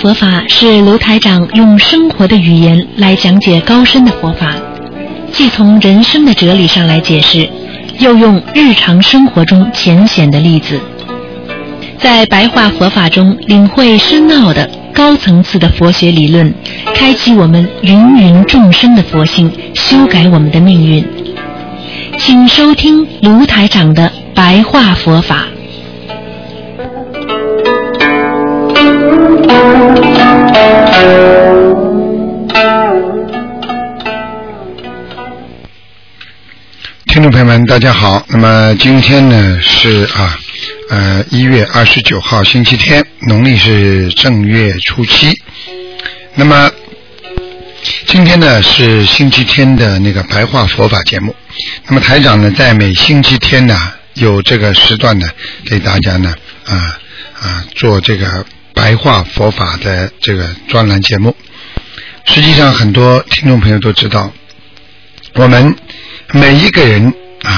佛法是卢台长用生活的语言来讲解高深的佛法，既从人生的哲理上来解释，又用日常生活中浅显的例子，在白话佛法中领会深奥的高层次的佛学理论，开启我们芸芸众生的佛性，修改我们的命运。请收听卢台长的白话佛法。 听众朋友们大家好，那么今天呢是1月29号星期天，农历是正月初七。那么今天呢是星期天的那个白话佛法节目，那么台长呢在每星期天呢有这个时段呢给大家呢做这个白话佛法的这个专栏节目。实际上很多听众朋友都知道，我们每一个人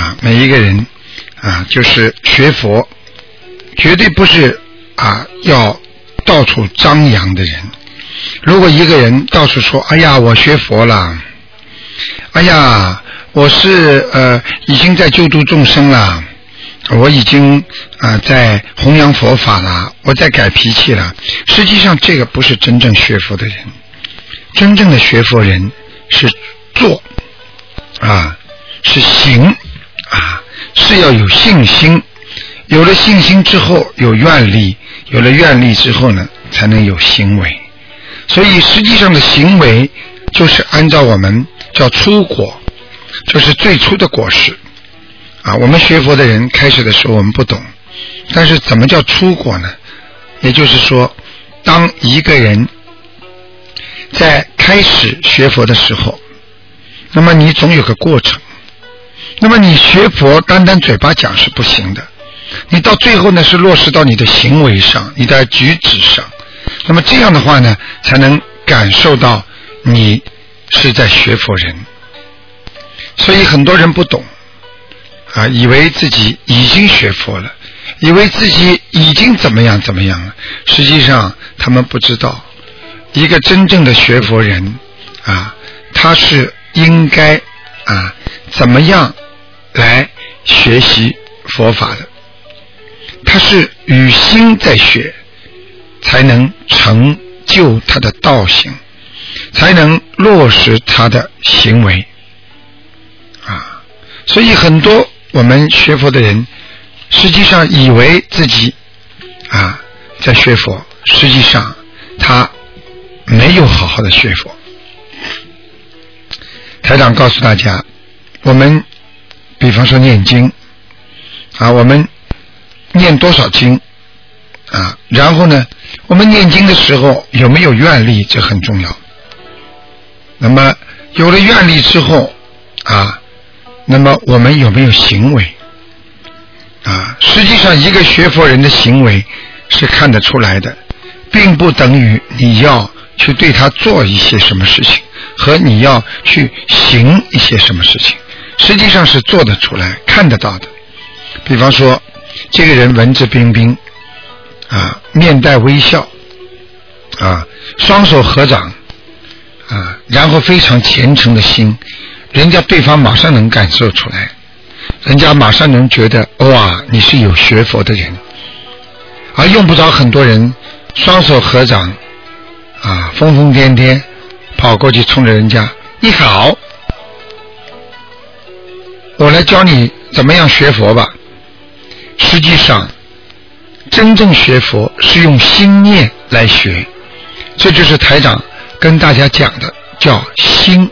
就是学佛绝对不是要到处张扬的人。如果一个人到处说哎呀我学佛了，哎呀我是已经在救度众生了，我已经在弘扬佛法了，我在改脾气了，实际上这个不是真正学佛的人。真正的学佛人是做是行是要有信心，有了信心之后有愿力，有了愿力之后呢才能有行为。所以实际上的行为就是按照我们叫初果，就是最初的果实我们学佛的人开始的时候我们不懂，但是怎么叫初果呢？也就是说当一个人在开始学佛的时候，那么你总有个过程，那么你学佛单单嘴巴讲是不行的，你到最后呢是落实到你的行为上，你的举止上，那么这样的话呢才能感受到你是在学佛人。所以很多人不懂以为自己已经学佛了，以为自己已经怎么样了，实际上他们不知道一个真正的学佛人他是应该怎么样来学习佛法的。他是与心在学，才能成就他的道行，才能落实他的行为所以很多我们学佛的人实际上以为自己在学佛，实际上他没有好好的学佛。台长告诉大家，我们比方说念经我们念多少经然后呢我们念经的时候有没有愿力，这很重要。那么有了愿力之后那么我们有没有行为实际上一个学佛人的行为是看得出来的，并不等于你要去对他做一些什么事情和你要去行一些什么事情，实际上是做得出来看得到的。比方说这个人文质彬彬面带微笑双手合掌然后非常虔诚的心，人家对方马上能感受出来，人家马上能觉得哇你是有学佛的人。而用不着很多人双手合掌疯疯癫癫跑过去冲着人家你好，我来教你怎么样学佛吧。实际上真正学佛是用心念来学，这就是台长跟大家讲的叫心。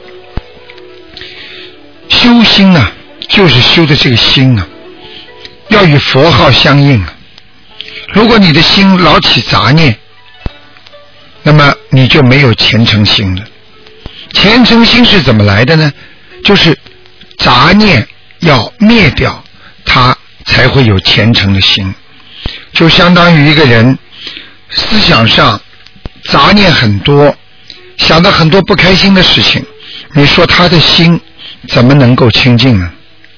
修心就是修的这个心要与佛号相应如果你的心老起杂念，那么你就没有虔诚心了。虔诚心是怎么来的呢？就是杂念要灭掉，它才会有虔诚的心。就相当于一个人思想上杂念很多，想到很多不开心的事情，你说他的心怎么能够清净呢？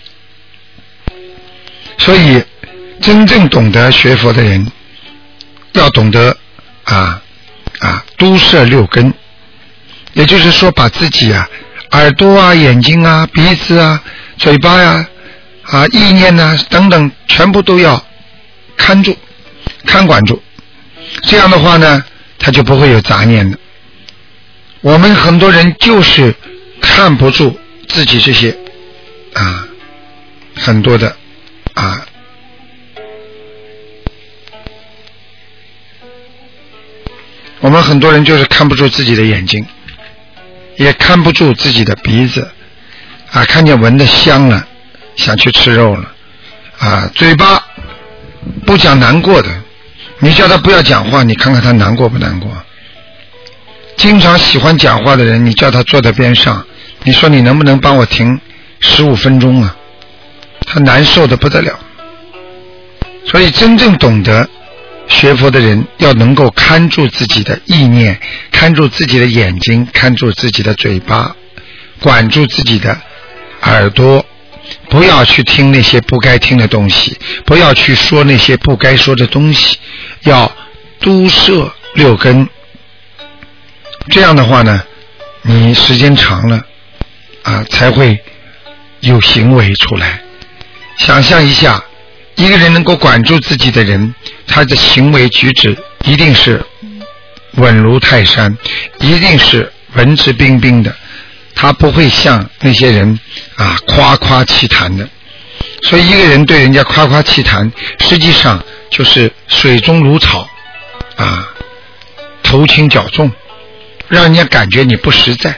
所以真正懂得学佛的人要懂得都摄六根，也就是说把自己啊耳朵啊眼睛啊鼻子啊嘴巴呀意念啊等等全部都要看住看管住，这样的话呢他就不会有杂念的。我们很多人就是看不住自己这些很多的我们很多人就是看不住自己的眼睛，也看不住自己的鼻子看见闻得香了想去吃肉了嘴巴不讲难过的，你叫他不要讲话，你看看他难过不难过。经常喜欢讲话的人，你叫他坐在边上，你说你能不能帮我停15分钟啊？他难受的不得了。所以真正懂得学佛的人要能够看住自己的意念，看住自己的眼睛，看住自己的嘴巴，管住自己的耳朵，不要去听那些不该听的东西，不要去说那些不该说的东西，要都摄六根。这样的话呢你时间长了才会有行为出来。想象一下，一个人能够管住自己的人，他的行为举止一定是稳如泰山，一定是文质彬彬的，他不会像那些人夸夸其谈的。所以一个人对人家夸夸其谈，实际上就是水中如草头轻脚重，让人家感觉你不实在。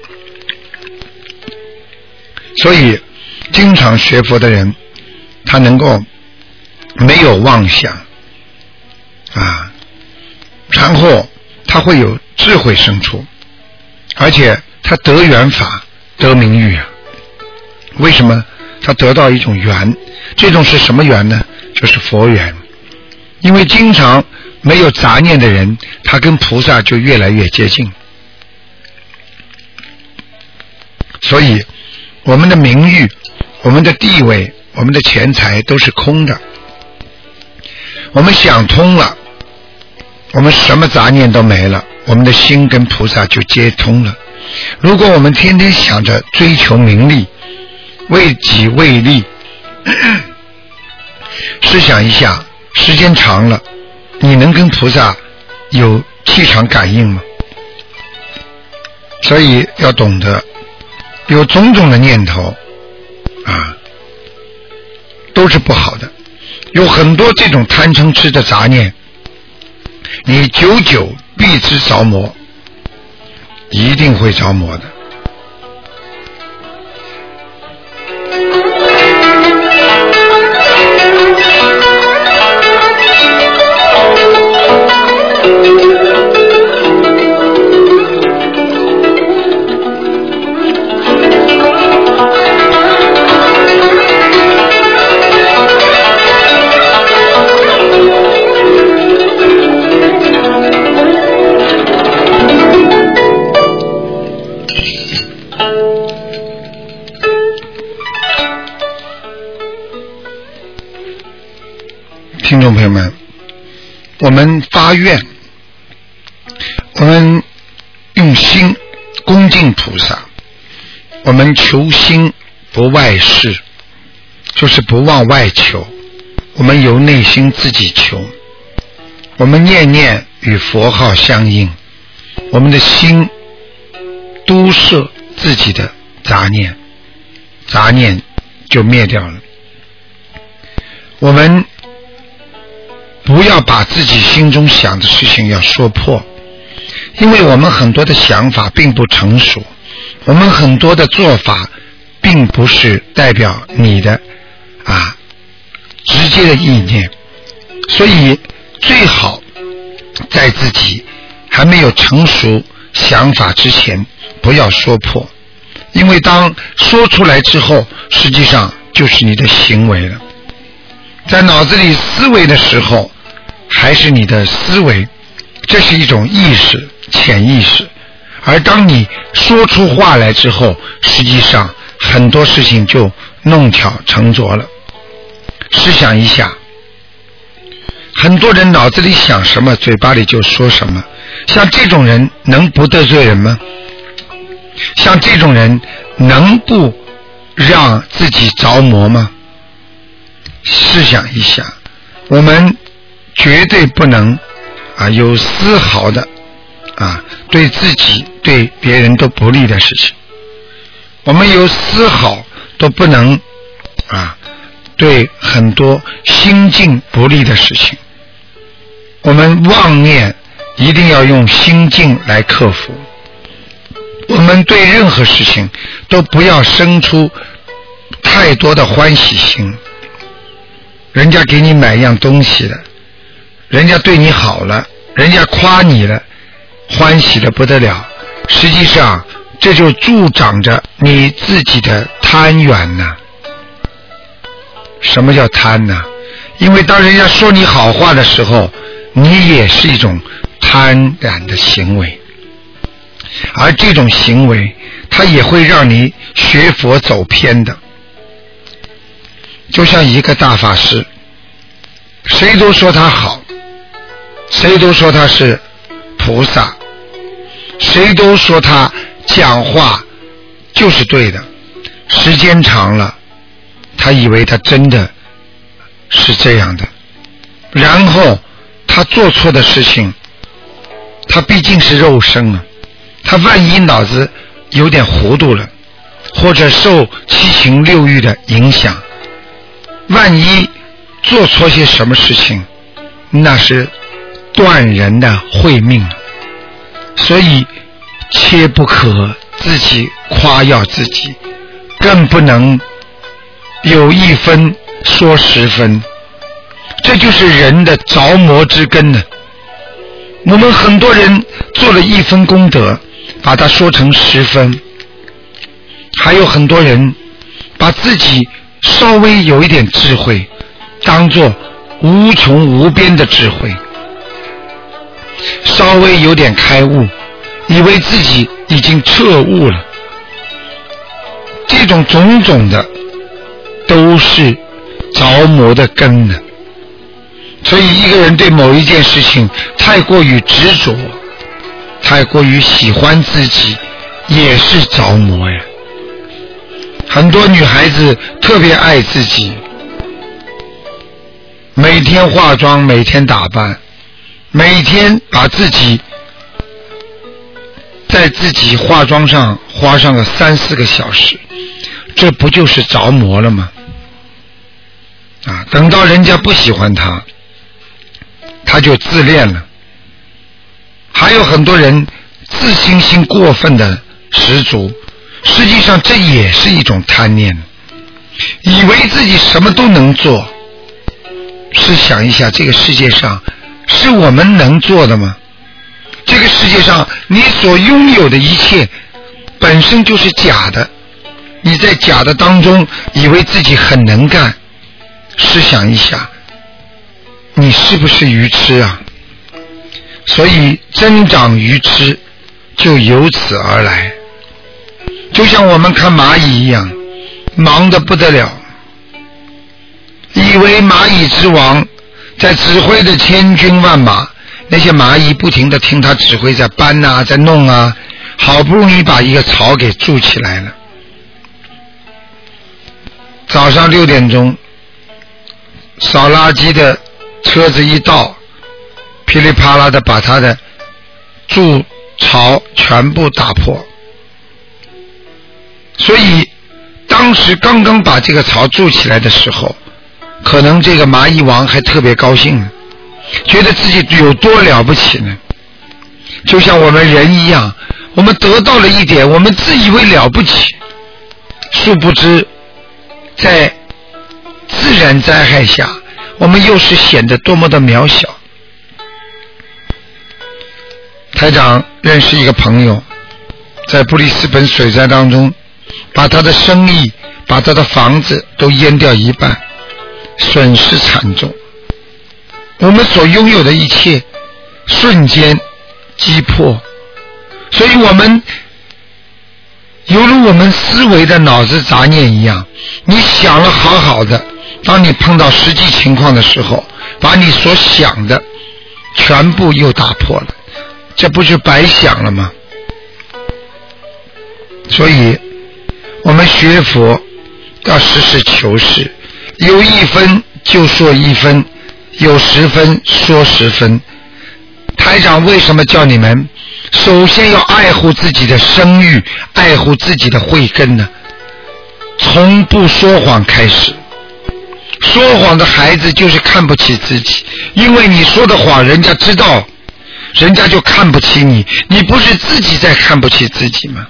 所以经常学佛的人，他能够没有妄想然后他会有智慧生出，而且他得缘法得名誉为什么？他得到一种缘，这种是什么缘呢？就是佛缘。因为经常没有杂念的人，他跟菩萨就越来越接近。所以我们的名誉，我们的地位，我们的钱财都是空的。我们想通了，我们什么杂念都没了，我们的心跟菩萨就接通了。如果我们天天想着追求名利，为己为利，试想一下，时间长了，你能跟菩萨有气场感应吗？所以要懂得，有种种的念头都是不好的。有很多这种贪嗔痴的杂念，你久久必之着魔，一定会着魔的。听众朋友们，我们发愿，我们用心恭敬菩萨，我们求心不外事，就是不往外求，我们由内心自己求，我们念念与佛号相应，我们的心都摄自己的杂念，杂念就灭掉了。我们不要把自己心中想的事情要说破，因为我们很多的想法并不成熟，我们很多的做法并不是代表你的直接的意念，所以最好在自己还没有成熟想法之前不要说破，因为当说出来之后，实际上就是你的行为了。在脑子里思维的时候还是你的思维，这是一种意识，潜意识。而当你说出话来之后，实际上很多事情就弄巧成拙了。试想一下，很多人脑子里想什么，嘴巴里就说什么， 像这种人能不得罪人吗？像这种人能不让自己着魔吗？试想一下，我们绝对不能有丝毫的对自己对别人都不利的事情，我们有丝毫都不能对很多心境不利的事情，我们妄念一定要用心境来克服。我们对任何事情都不要生出太多的欢喜心。人家给你买样东西了，人家对你好了，人家夸你了，欢喜的不得了，实际上这就助长着你自己的贪缘呐。什么叫贪呢？因为当人家说你好话的时候，你也是一种贪婪的行为，而这种行为它也会让你学佛走偏的。就像一个大法师，谁都说他好，谁都说他是菩萨，谁都说他讲话就是对的，时间长了他以为他真的是这样的，然后他做错的事情，他毕竟是肉身啊，他万一脑子有点糊涂了，或者受七情六欲的影响，万一做错些什么事情，那是断人的慧命。所以切不可自己夸耀自己，更不能有一分说十分，这就是人的着魔之根呢。我们很多人做了一分功德，把它说成10分，还有很多人把自己稍微有一点智慧当作无穷无边的智慧，稍微有点开悟，以为自己已经彻悟了，这种种种的都是着魔的根呢。所以一个人对某一件事情太过于执着，太过于喜欢自己，也是着魔呀。很多女孩子特别爱自己，每天化妆，每天打扮，每天把自己在自己化妆上花上个3-4个小时，这不就是着魔了吗？等到人家不喜欢他，他就自恋了。还有很多人自信心过分的十足，实际上这也是一种贪念，以为自己什么都能做。试想一下，这个世界上是我们能做的吗？这个世界上你所拥有的一切本身就是假的，你在假的当中以为自己很能干，试想一下，你是不是愚痴啊？所以增长愚痴就由此而来。就像我们看蚂蚁一样，忙得不得了，以为蚂蚁之王在指挥的千军万马，那些蚂蚁不停地听他指挥，在搬啊，在弄啊，好不容易把一个巢给筑起来了。早上6点钟，扫垃圾的车子一到，噼里啪啦的把他的筑巢全部打破。所以当时刚刚把这个巢筑起来的时候，可能这个蚂蚁王还特别高兴呢，觉得自己有多了不起呢。就像我们人一样，我们得到了一点，我们自以为了不起，殊不知在自然灾害下，我们又是显得多么的渺小。台长认识一个朋友，在布里斯本水灾当中，把他的生意，把他的房子都淹掉一半，损失惨重。我们所拥有的一切瞬间击破，所以我们犹如我们思维的脑子杂念一样，你想了好好的，当你碰到实际情况的时候，把你所想的全部又打破了。 这不是白想了吗？所以我们学佛要实事求是，有1分就说1分，有10分说10分。台长为什么叫你们首先要爱护自己的声誉，爱护自己的慧根呢？从不说谎开始。说谎的孩子就是看不起自己，因为你说的谎人家知道，人家就看不起你，你不是自己在看不起自己吗？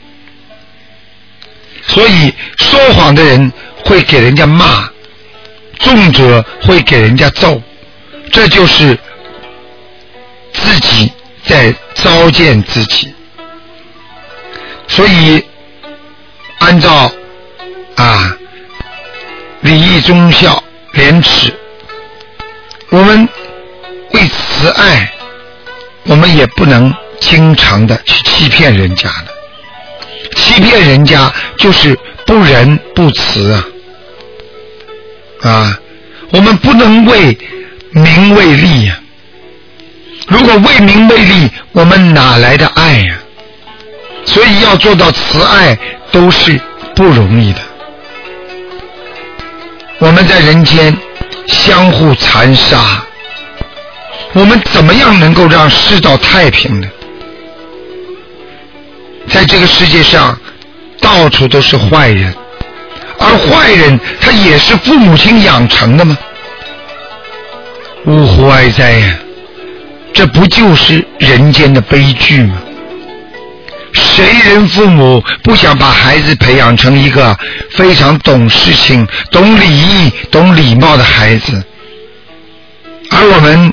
所以说谎的人会给人家骂，重者会给人家揍，这就是自己在糟践自己。所以按照礼义忠孝廉耻，我们为慈爱，我们也不能经常的去欺骗人家的。欺骗人家就是不仁不慈我们不能为名为利如果为名为利，我们哪来的爱所以要做到慈爱都是不容易的。我们在人间相互残杀，我们怎么样能够让世道太平呢？在这个世界上到处都是坏人，而坏人他也是父母亲养成的吗？呜呼哀哉呀！这不就是人间的悲剧吗？谁人父母不想把孩子培养成一个非常懂事情、懂礼义、懂礼貌的孩子？而我们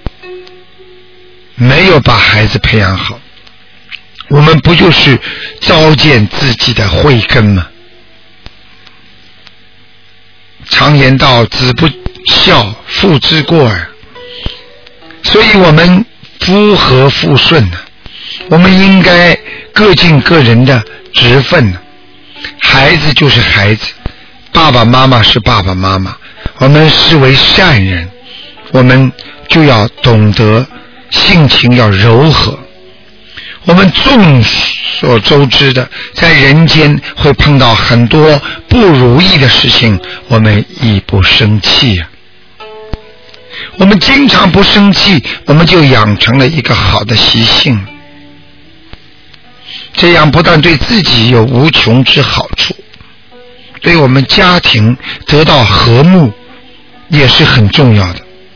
没有把孩子培养好，我们不就是糟践自己的慧根吗？常言道，子不孝，父之过耳。所以我们夫和妇顺我们应该各尽个人的职分孩子就是孩子，爸爸妈妈是爸爸妈妈，我们视为善人，我们就要懂得性情要柔和。我们众所周知的，在人间会碰到很多不如意的事情，我们亦不生气我们经常不生气，我们就养成了一个好的习性，这样不但对自己有无穷之好处，对我们家庭得到和睦也是很重要的。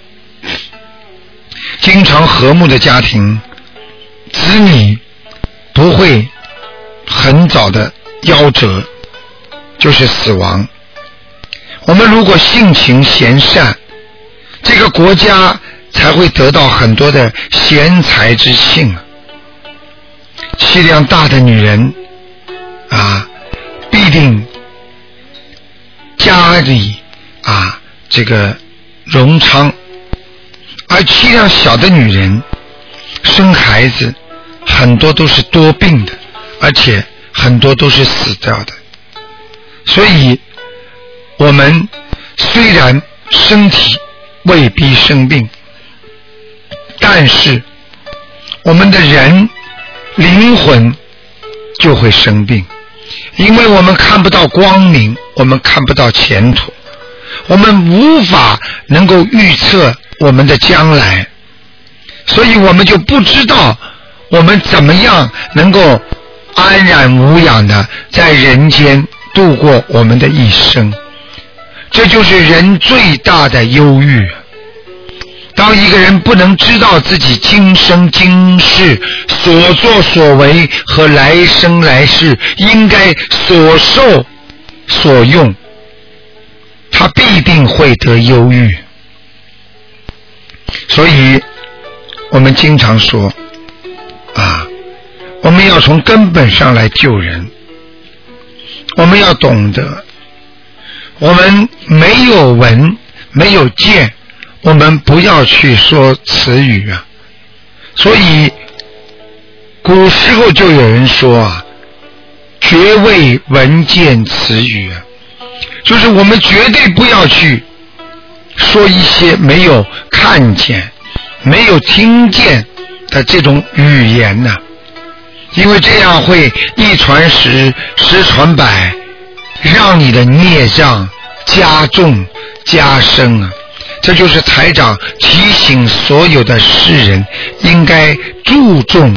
经常和睦的家庭，子女不会很早的夭折，就是死亡。我们如果性情贤善，这个国家才会得到很多的贤才之庆气量大的女人必定家里这个荣昌，而气量小的女人生孩子很多都是多病的，而且很多都是死掉的。所以我们虽然身体未必生病，但是我们的人灵魂就会生病，因为我们看不到光明，我们看不到前途，我们无法能够预测我们的将来，所以我们就不知道我们怎么样能够安然无恙的在人间度过我们的一生。这就是人最大的忧郁。当一个人不能知道自己今生今世所作所为和来生来世应该所受所用，他必定会得忧郁。所以我们经常说我们要从根本上来救人。我们要懂得，我们没有闻没有见，我们不要去说词语所以古时候就有人说绝未闻见词语就是我们绝对不要去说一些没有看见没有听见的这种语言呢，因为这样会一传十，十传百，让你的孽障加重加深啊。这就是台长提醒所有的世人应该注重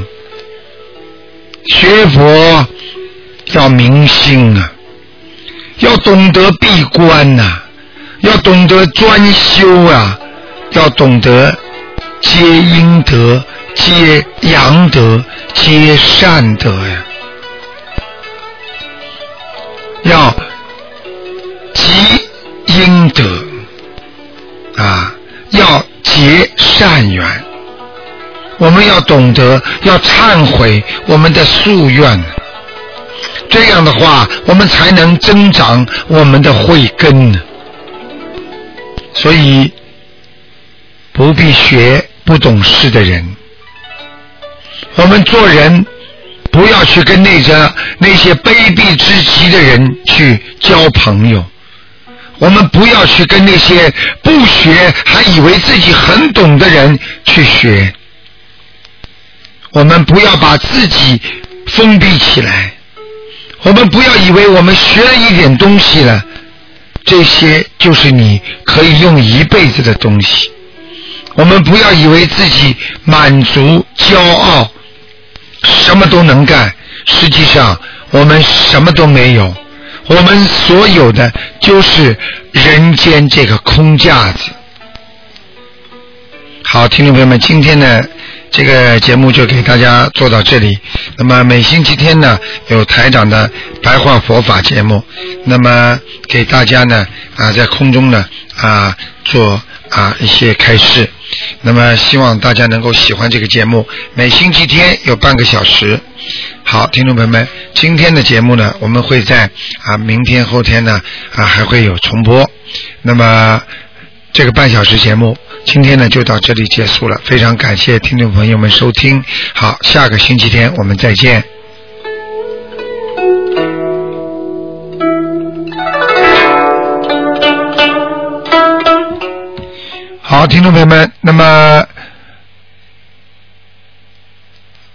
学佛，要明心啊，要懂得闭关啊，要懂得专修啊，要懂得接阴德，接阳德，接善德呀，要积阴德啊，要结善缘。我们要懂得要忏悔我们的夙愿，这样的话我们才能增长我们的慧根。所以不必学不懂事的人，我们做人不要去跟那些卑鄙之极的人去交朋友，我们不要去跟那些不学还以为自己很懂的人去学，我们不要把自己封闭起来，我们不要以为我们学了一点东西了，这些就是你可以用一辈子的东西。我们不要以为自己满足骄傲什么都能干，实际上我们什么都没有，我们所有的就是人间这个空架子。好，听众朋友们，今天呢这个节目就给大家做到这里。那么每星期天呢有台长的白话佛法节目，那么给大家呢在空中呢做一些开示。那么希望大家能够喜欢这个节目，每星期天有半个小时。好，听众朋友们，今天的节目呢我们会在明天后天呢还会有重播。那么这个半小时节目今天呢就到这里结束了，非常感谢听众朋友们收听。好，下个星期天我们再见。好，听众朋友们，那么